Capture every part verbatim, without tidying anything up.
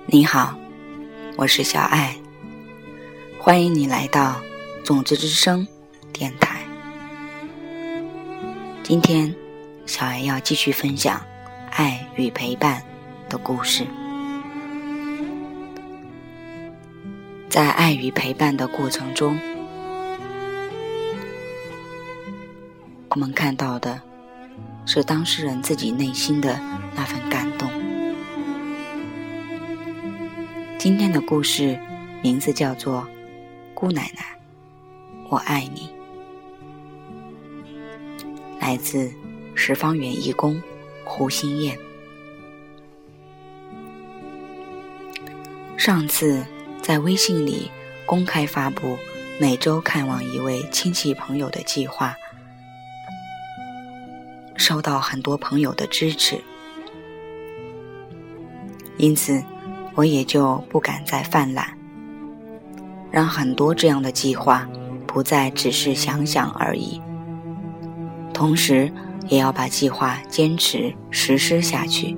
你好，我是小爱，欢迎你来到种子之声电台。今天小爱要继续分享爱与陪伴的故事。在爱与陪伴的过程中，我们看到的是当事人自己内心的那份感动。今天的故事名字叫做《姑奶奶，我爱你》，来自十方园义工胡心燕。上次在微信里公开发布每周看望一位亲戚朋友的计划，受到很多朋友的支持，因此我也就不敢再犯懒，让很多这样的计划不再只是想想而已，同时也要把计划坚持实施下去。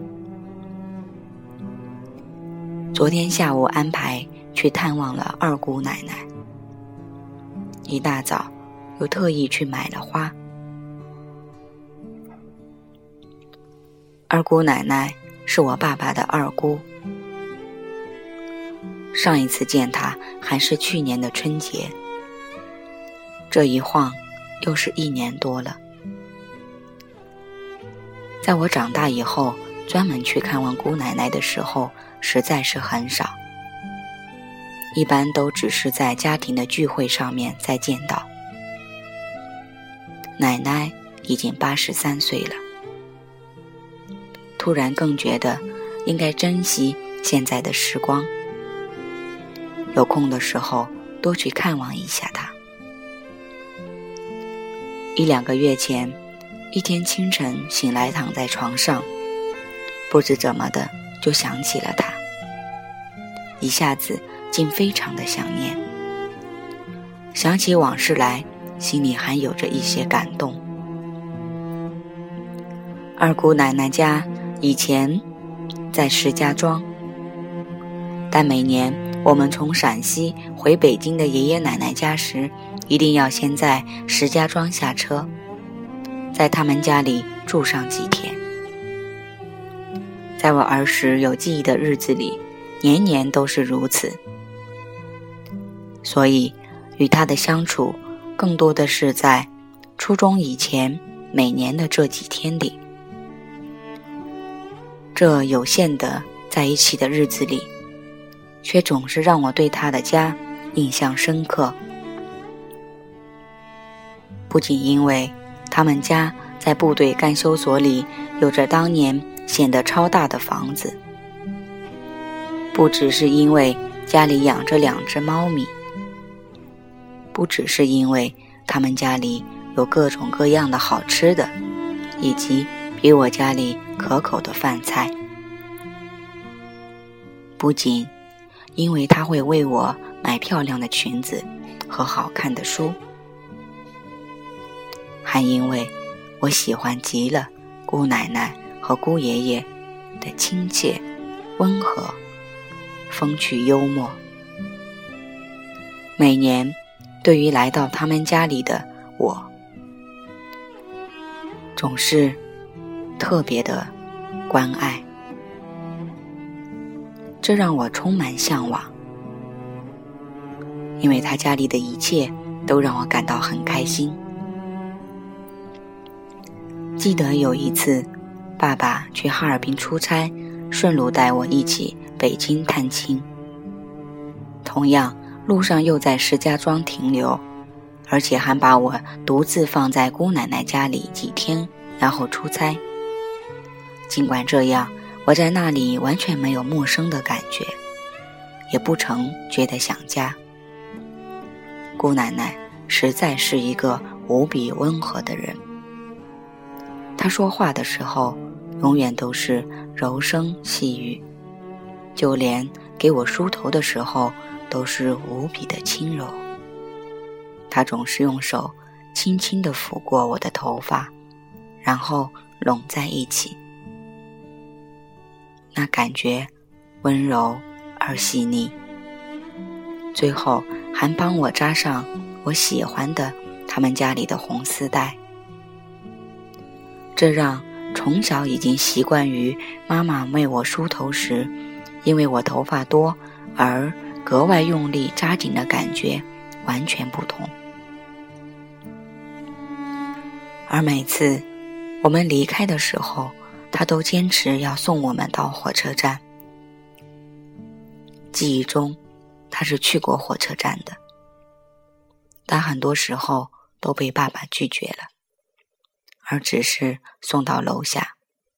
昨天下午安排去探望了二姑奶奶，一大早又特意去买了花。二姑奶奶是我爸爸的二姑，上一次见她还是去年的春节，这一晃又是一年多了。在我长大以后，专门去看望姑奶奶的时候实在是很少，一般都只是在家庭的聚会上面再见到。奶奶已经八十三岁了，突然更觉得应该珍惜现在的时光，有空的时候多去看望一下她。一两个月前，一天清晨醒来躺在床上，不知怎么的就想起了她，一下子竟非常的想念。想起往事来，心里还有着一些感动。二姑奶奶家以前在石家庄，但每年我们从陕西回北京的爷爷奶奶家时，一定要先在石家庄下车，在他们家里住上几天。在我儿时有记忆的日子里，年年都是如此，所以与他的相处更多的是在初中以前每年的这几天里。这有限的在一起的日子里，却总是让我对他的家印象深刻。不仅因为他们家在部队干休所里有着当年显得超大的房子，不只是因为家里养着两只猫咪，不只是因为他们家里有各种各样的好吃的，以及比我家里可口的饭菜，不仅因为他会为我买漂亮的裙子和好看的书，还因为我喜欢极了姑奶奶和姑爷爷的亲切、温和、风趣幽默。每年对于来到他们家里的我，总是特别的关爱，这让我充满向往，因为他家里的一切都让我感到很开心。记得有一次爸爸去哈尔滨出差，顺路带我一起北京探亲，同样路上又在石家庄停留，而且还把我独自放在姑奶奶家里几天，然后出差。尽管这样，我在那里完全没有陌生的感觉，也不曾觉得想家。姑奶奶实在是一个无比温和的人，她说话的时候永远都是柔声细语，就连给我梳头的时候都是无比的轻柔。她总是用手轻轻地抚过我的头发，然后拢在一起，那感觉温柔而细腻，最后还帮我扎上我喜欢的他们家里的红丝带。这让从小已经习惯于妈妈为我梳头时，因为我头发多而格外用力扎紧的感觉完全不同。而每次我们离开的时候，她都坚持要送我们到火车站。记忆中，她是去过火车站的，但很多时候都被爸爸拒绝了，而只是送到楼下。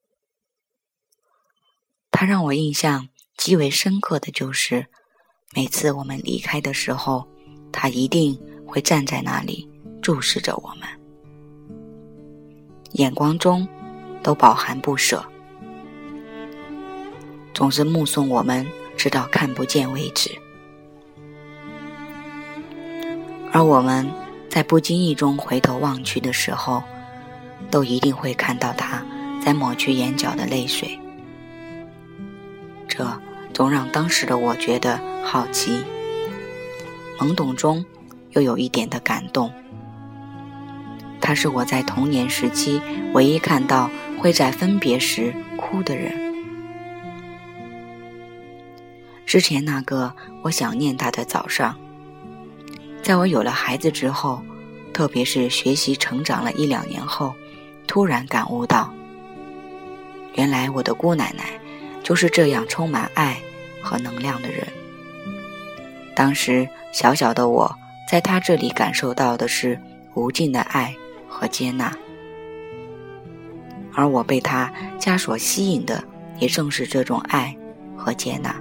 她让我印象极为深刻的就是，每次我们离开的时候，她一定会站在那里注视着我们，眼光中都饱含不舍，总是目送我们直到看不见为止。而我们在不经意中回头望去的时候，都一定会看到他在抹去眼角的泪水。这总让当时的我觉得好奇，懵懂中又有一点的感动。他是我在童年时期唯一看到会在分别时哭的人。之前那个我想念他的早上，在我有了孩子之后，特别是学习成长了一两年后，突然感悟到，原来我的姑奶奶就是这样充满爱和能量的人。当时小小的我在她这里感受到的是无尽的爱和接纳，而我被她家所吸引的也正是这种爱和接纳。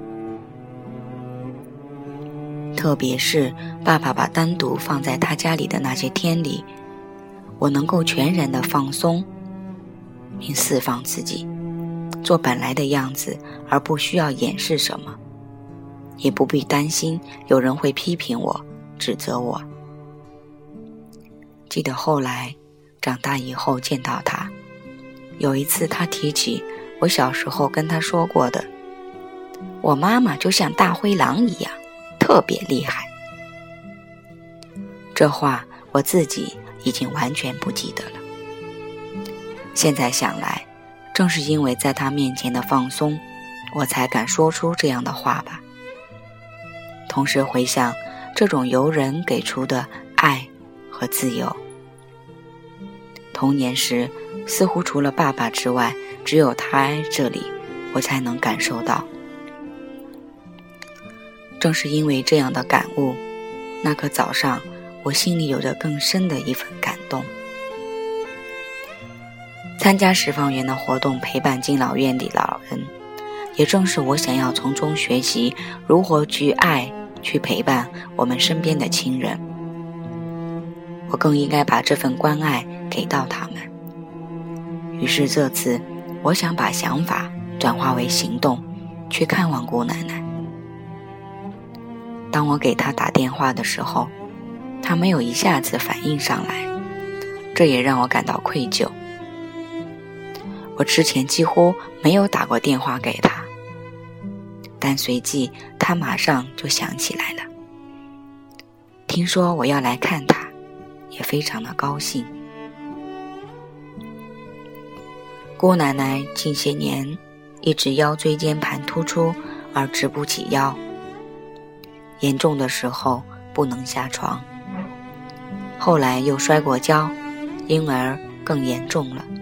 特别是爸爸把单独放在他家里的那些天里，我能够全然的放松并释放自己，做本来的样子，而不需要掩饰什么，也不必担心有人会批评我指责我。记得后来长大以后见到他，有一次他提起我小时候跟他说过的，我妈妈就像大灰狼一样特别厉害。这话我自己已经完全不记得了。现在想来，正是因为在他面前的放松，我才敢说出这样的话吧。同时回想这种由人给出的爱和自由，童年时似乎除了爸爸之外，只有他这里我才能感受到。正是因为这样的感悟，那个早上我心里有着更深的一份感动。参加释放员的活动，陪伴敬老院里老人，也正是我想要从中学习如何去爱，去陪伴我们身边的亲人。我更应该把这份关爱给到他们。于是这次我想把想法转化为行动，去看望姑奶奶。当我给她打电话的时候，她没有一下子反应上来，这也让我感到愧疚。我之前几乎没有打过电话给她，但随即她马上就想起来了，听说我要来看她，也非常的高兴。姑奶奶近些年一直腰椎间盘突出而直不起腰，严重的时候不能下床，后来又摔过跤，因而更严重了。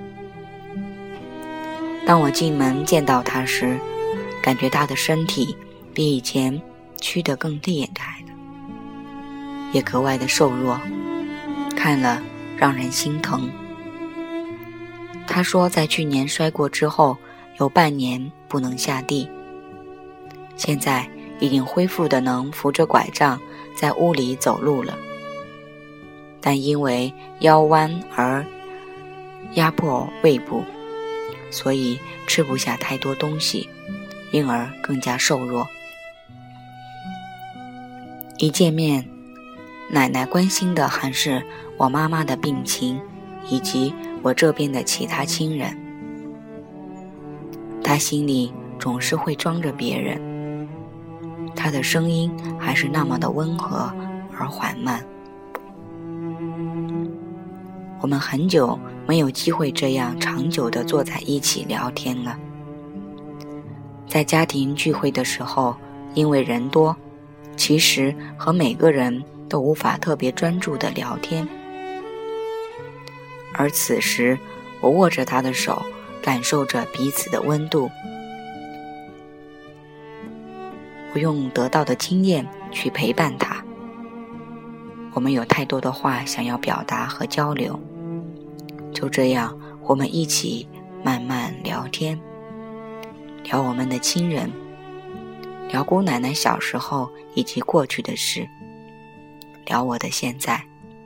当我进门见到她时，感觉她的身体比以前虚得更厉害了，也格外的瘦弱，看了让人心疼。她说在去年摔过之后有半年不能下地，现在已经恢复的能扶着拐杖在屋里走路了，但因为腰弯而压迫胃部，所以吃不下太多东西，因而更加瘦弱。一见面，奶奶关心的还是我妈妈的病情以及我这边的其他亲人。她心里总是会装着别人， 她的声音还是那么的温和而缓慢。我们很久没有机会这样长久地坐在一起聊天了。在家庭聚会的时候，因为人多，其实和每个人都无法特别专注地聊天。而此时，我握着她的手，感受着彼此的温度。我用得到的经验去陪伴她。我们有太多的话想要表达和交流，就这样，我们一起慢慢聊天，聊我们的亲人，聊姑奶奶小时候以及过去的事，聊我的现在。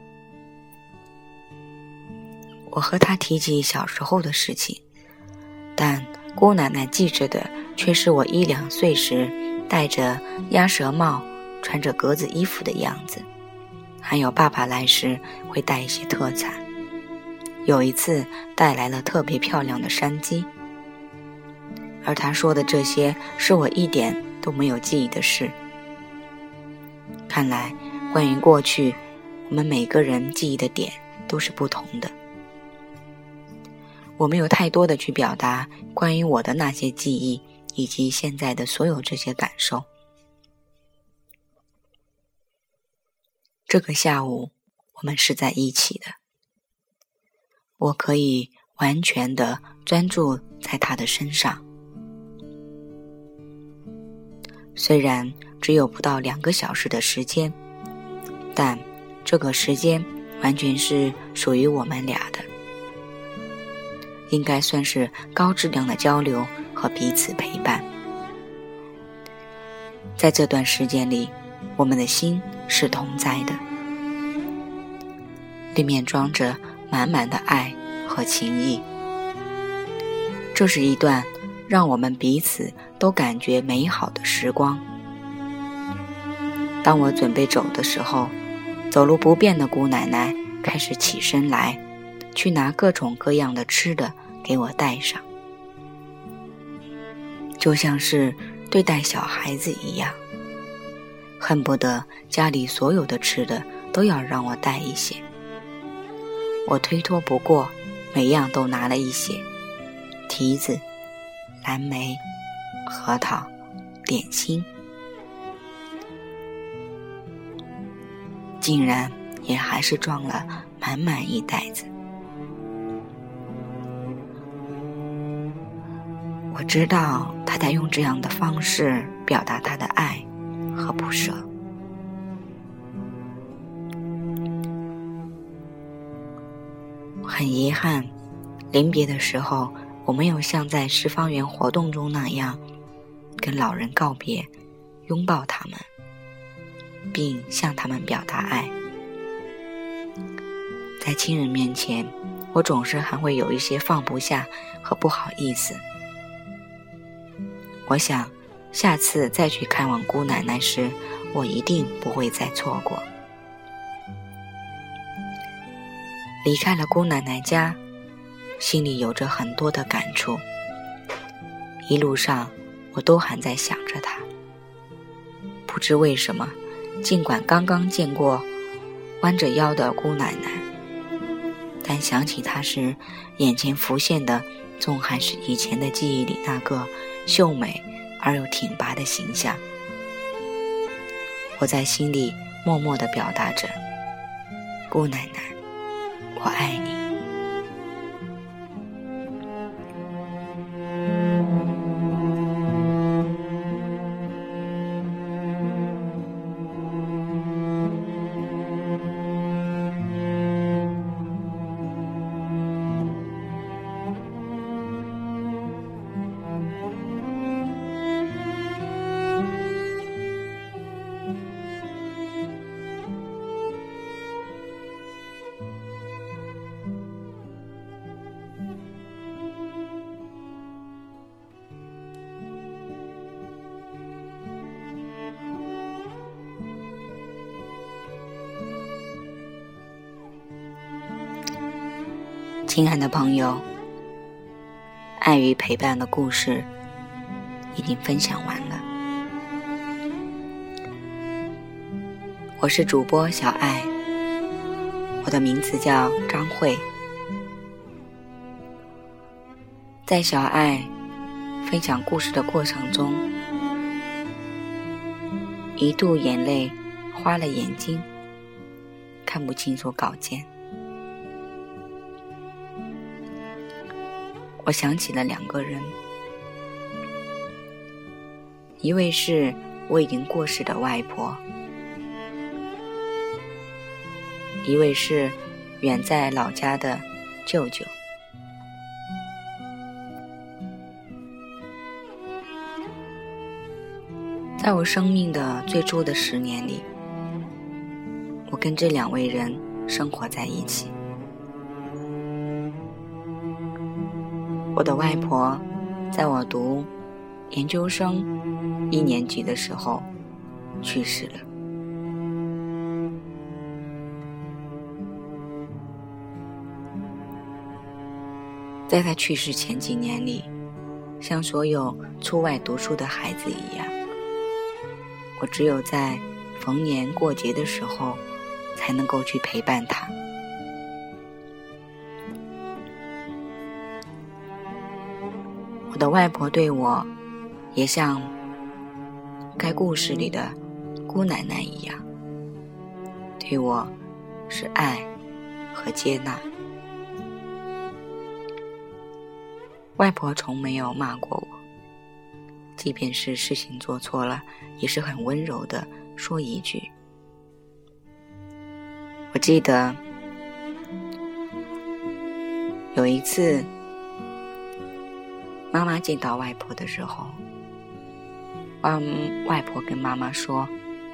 我和她提起小时候的事情，但姑奶奶记着的却是我一两岁时戴着鸭舌帽，穿着格子衣服的样子，还有爸爸来时会带一些特产，有一次带来了特别漂亮的山鸡。而他说的这些是我一点都没有记忆的事。看来关于过去，我们每个人记忆的点都是不同的。我没有太多的去表达关于我的那些记忆以及现在的所有这些感受。这个下午我们是在一起的，我可以完全的专注在他的身上。虽然只有不到两个小时的时间，但这个时间完全是属于我们俩的，应该算是高质量的交流和彼此陪伴。在这段时间里，我们的心是同在的，里面装着满满的爱和情谊。这是一段让我们彼此都感觉美好的时光。当我准备走的时候，走路不便的姑奶奶开始起身来，去拿各种各样的吃的给我带上，就像是对待小孩子一样，恨不得家里所有的吃的都要让我带一些。我推脱不过，每样都拿了一些，提子、蓝莓、核桃、点心，竟然也还是装了满满一袋子。我知道他在用这样的方式表达他的爱和不舍。很遗憾，临别的时候，我没有像在十方园活动中那样跟老人告别，拥抱他们，并向他们表达爱。在亲人面前，我总是还会有一些放不下和不好意思。我想下次再去看望姑奶奶时，我一定不会再错过。离开了姑奶奶家，心里有着很多的感触，一路上我都还在想着她。不知为什么，尽管刚刚见过弯着腰的姑奶奶，但想起她时，眼前浮现的总还是以前的记忆里那个秀美而又挺拔的形象。我在心里默默地表达着，姑奶奶，我爱你。亲爱的朋友，爱与陪伴的故事已经分享完了。 我是主播小爱，我的名字叫张慧。在小爱分享故事的过程中，一度眼泪花了眼睛，看不清楚稿件。我想起了两个人，一位是我已经过世的外婆，一位是远在老家的舅舅。在我生命的最初的十年里，我跟这两位人生活在一起。我的外婆在我读研究生一年级的时候去世了。在她去世前几年里，像所有出外读书的孩子一样，我只有在逢年过节的时候才能够去陪伴她。我的外婆对我也像该故事里的姑奶奶一样，对我是爱和接纳。外婆从没有骂过我，即便是事情做错了，也是很温柔的说一句。我记得有一次妈妈见到外婆的时候，嗯，外婆跟妈妈说，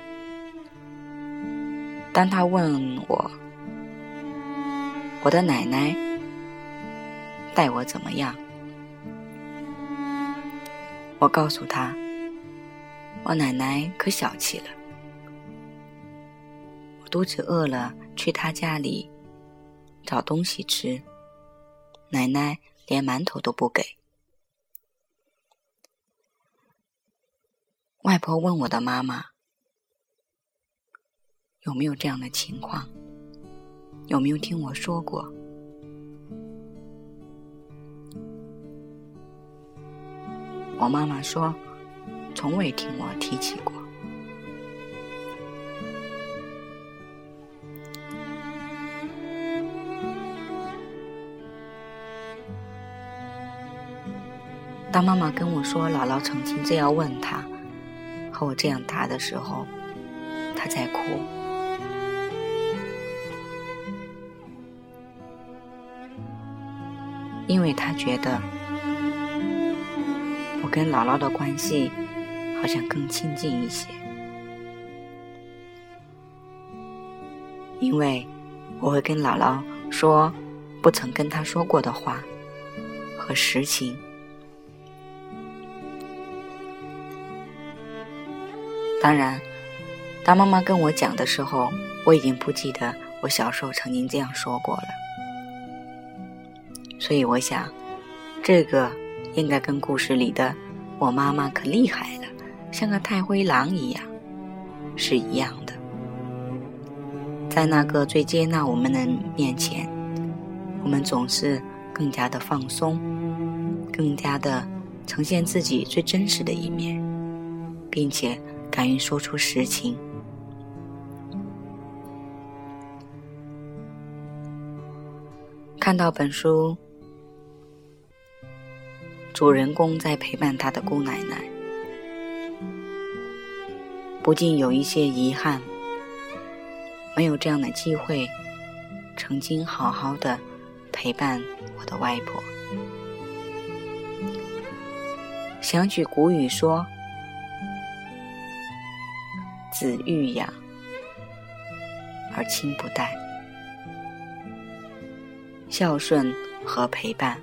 当她问我我的奶奶待我怎么样，我告诉她，我奶奶可小气了，我肚子饿了去她家里找东西吃，奶奶连馒头都不给。外婆问我的妈妈，有没有这样的情况？有没有听我说过？我妈妈说，从未听我提起过。当妈妈跟我说姥姥曾经这样问她，和我这样答的时候，她在哭。因为她觉得我跟姥姥的关系好像更亲近一些，因为我会跟姥姥说不曾跟她说过的话和实情。当然，当妈妈跟我讲的时候，我已经不记得我小时候曾经这样说过了。所以我想，这个应该跟故事里的我妈妈可厉害了，像个太灰狼一样，是一样的。在那个最接纳我们的面前，我们总是更加的放松，更加的呈现自己最真实的一面，并且敢于说出实情。看到本书主人公在陪伴他的姑奶奶，不禁有一些遗憾，没有这样的机会曾经好好的陪伴我的外婆。想起古语说，子欲养而亲不待，孝顺和陪伴，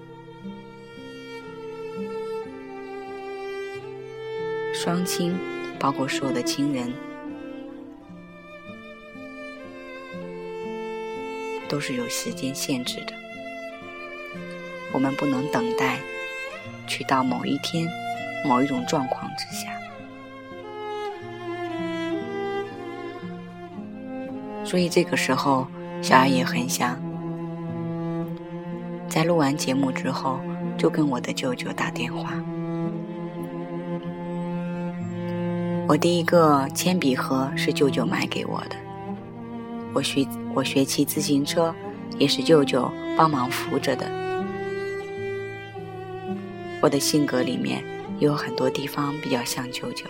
双亲包括所有的亲人都是有时间限制的，我们不能等待去到某一天某一种状况之下。 所以这个时候小爱也很想在录完节目之后就跟我的舅舅打电话。我第一个铅笔盒是舅舅买给我的，我学我学骑自行车也是舅舅帮忙扶着的。我的性格里面有很多地方比较像舅舅，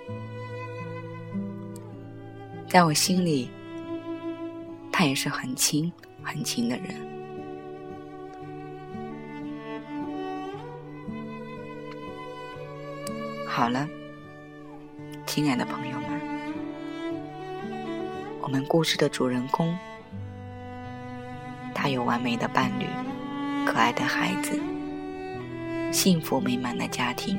在我心里他也是很亲很亲的人。好了，亲爱的朋友们，我们故事的主人公，他有完美的伴侣，可爱的孩子，幸福美满的家庭。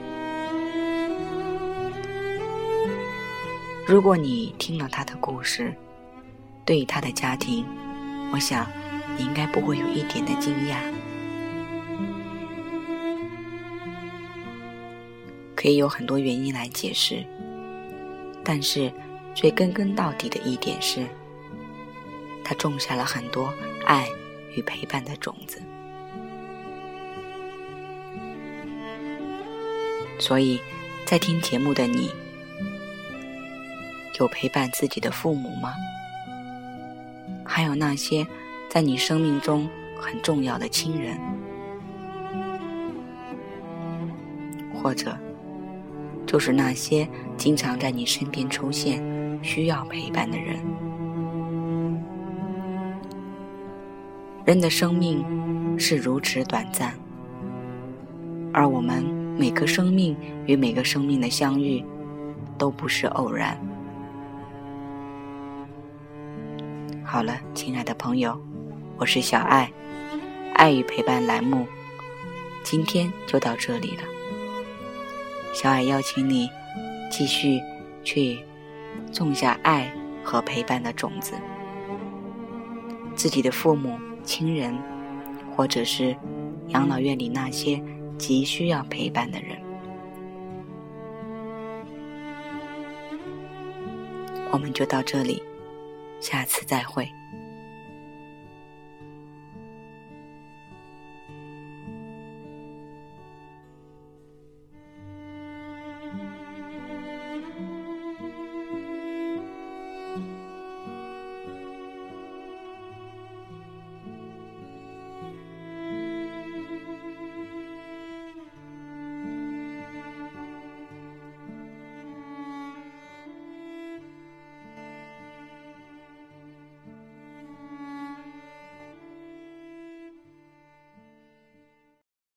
如果你听了他的故事，对于他的家庭，我想你应该不会有一点的惊讶。可以有很多原因来解释，但是最根根到底的一点是，他种下了很多爱与陪伴的种子。所以在听节目的你，有陪伴自己的父母吗？还有那些在你生命中很重要的亲人，或者就是那些经常在你身边出现需要陪伴的人。人的生命是如此短暂，而我们每个生命与每个生命的相遇都不是偶然。好了，亲爱的朋友，我是小爱，爱与陪伴栏目今天就到这里了。小爱邀请你继续去种下爱和陪伴的种子，自己的父母、亲人，或者是养老院里那些急需要陪伴的人。我们就到这里，下次再会。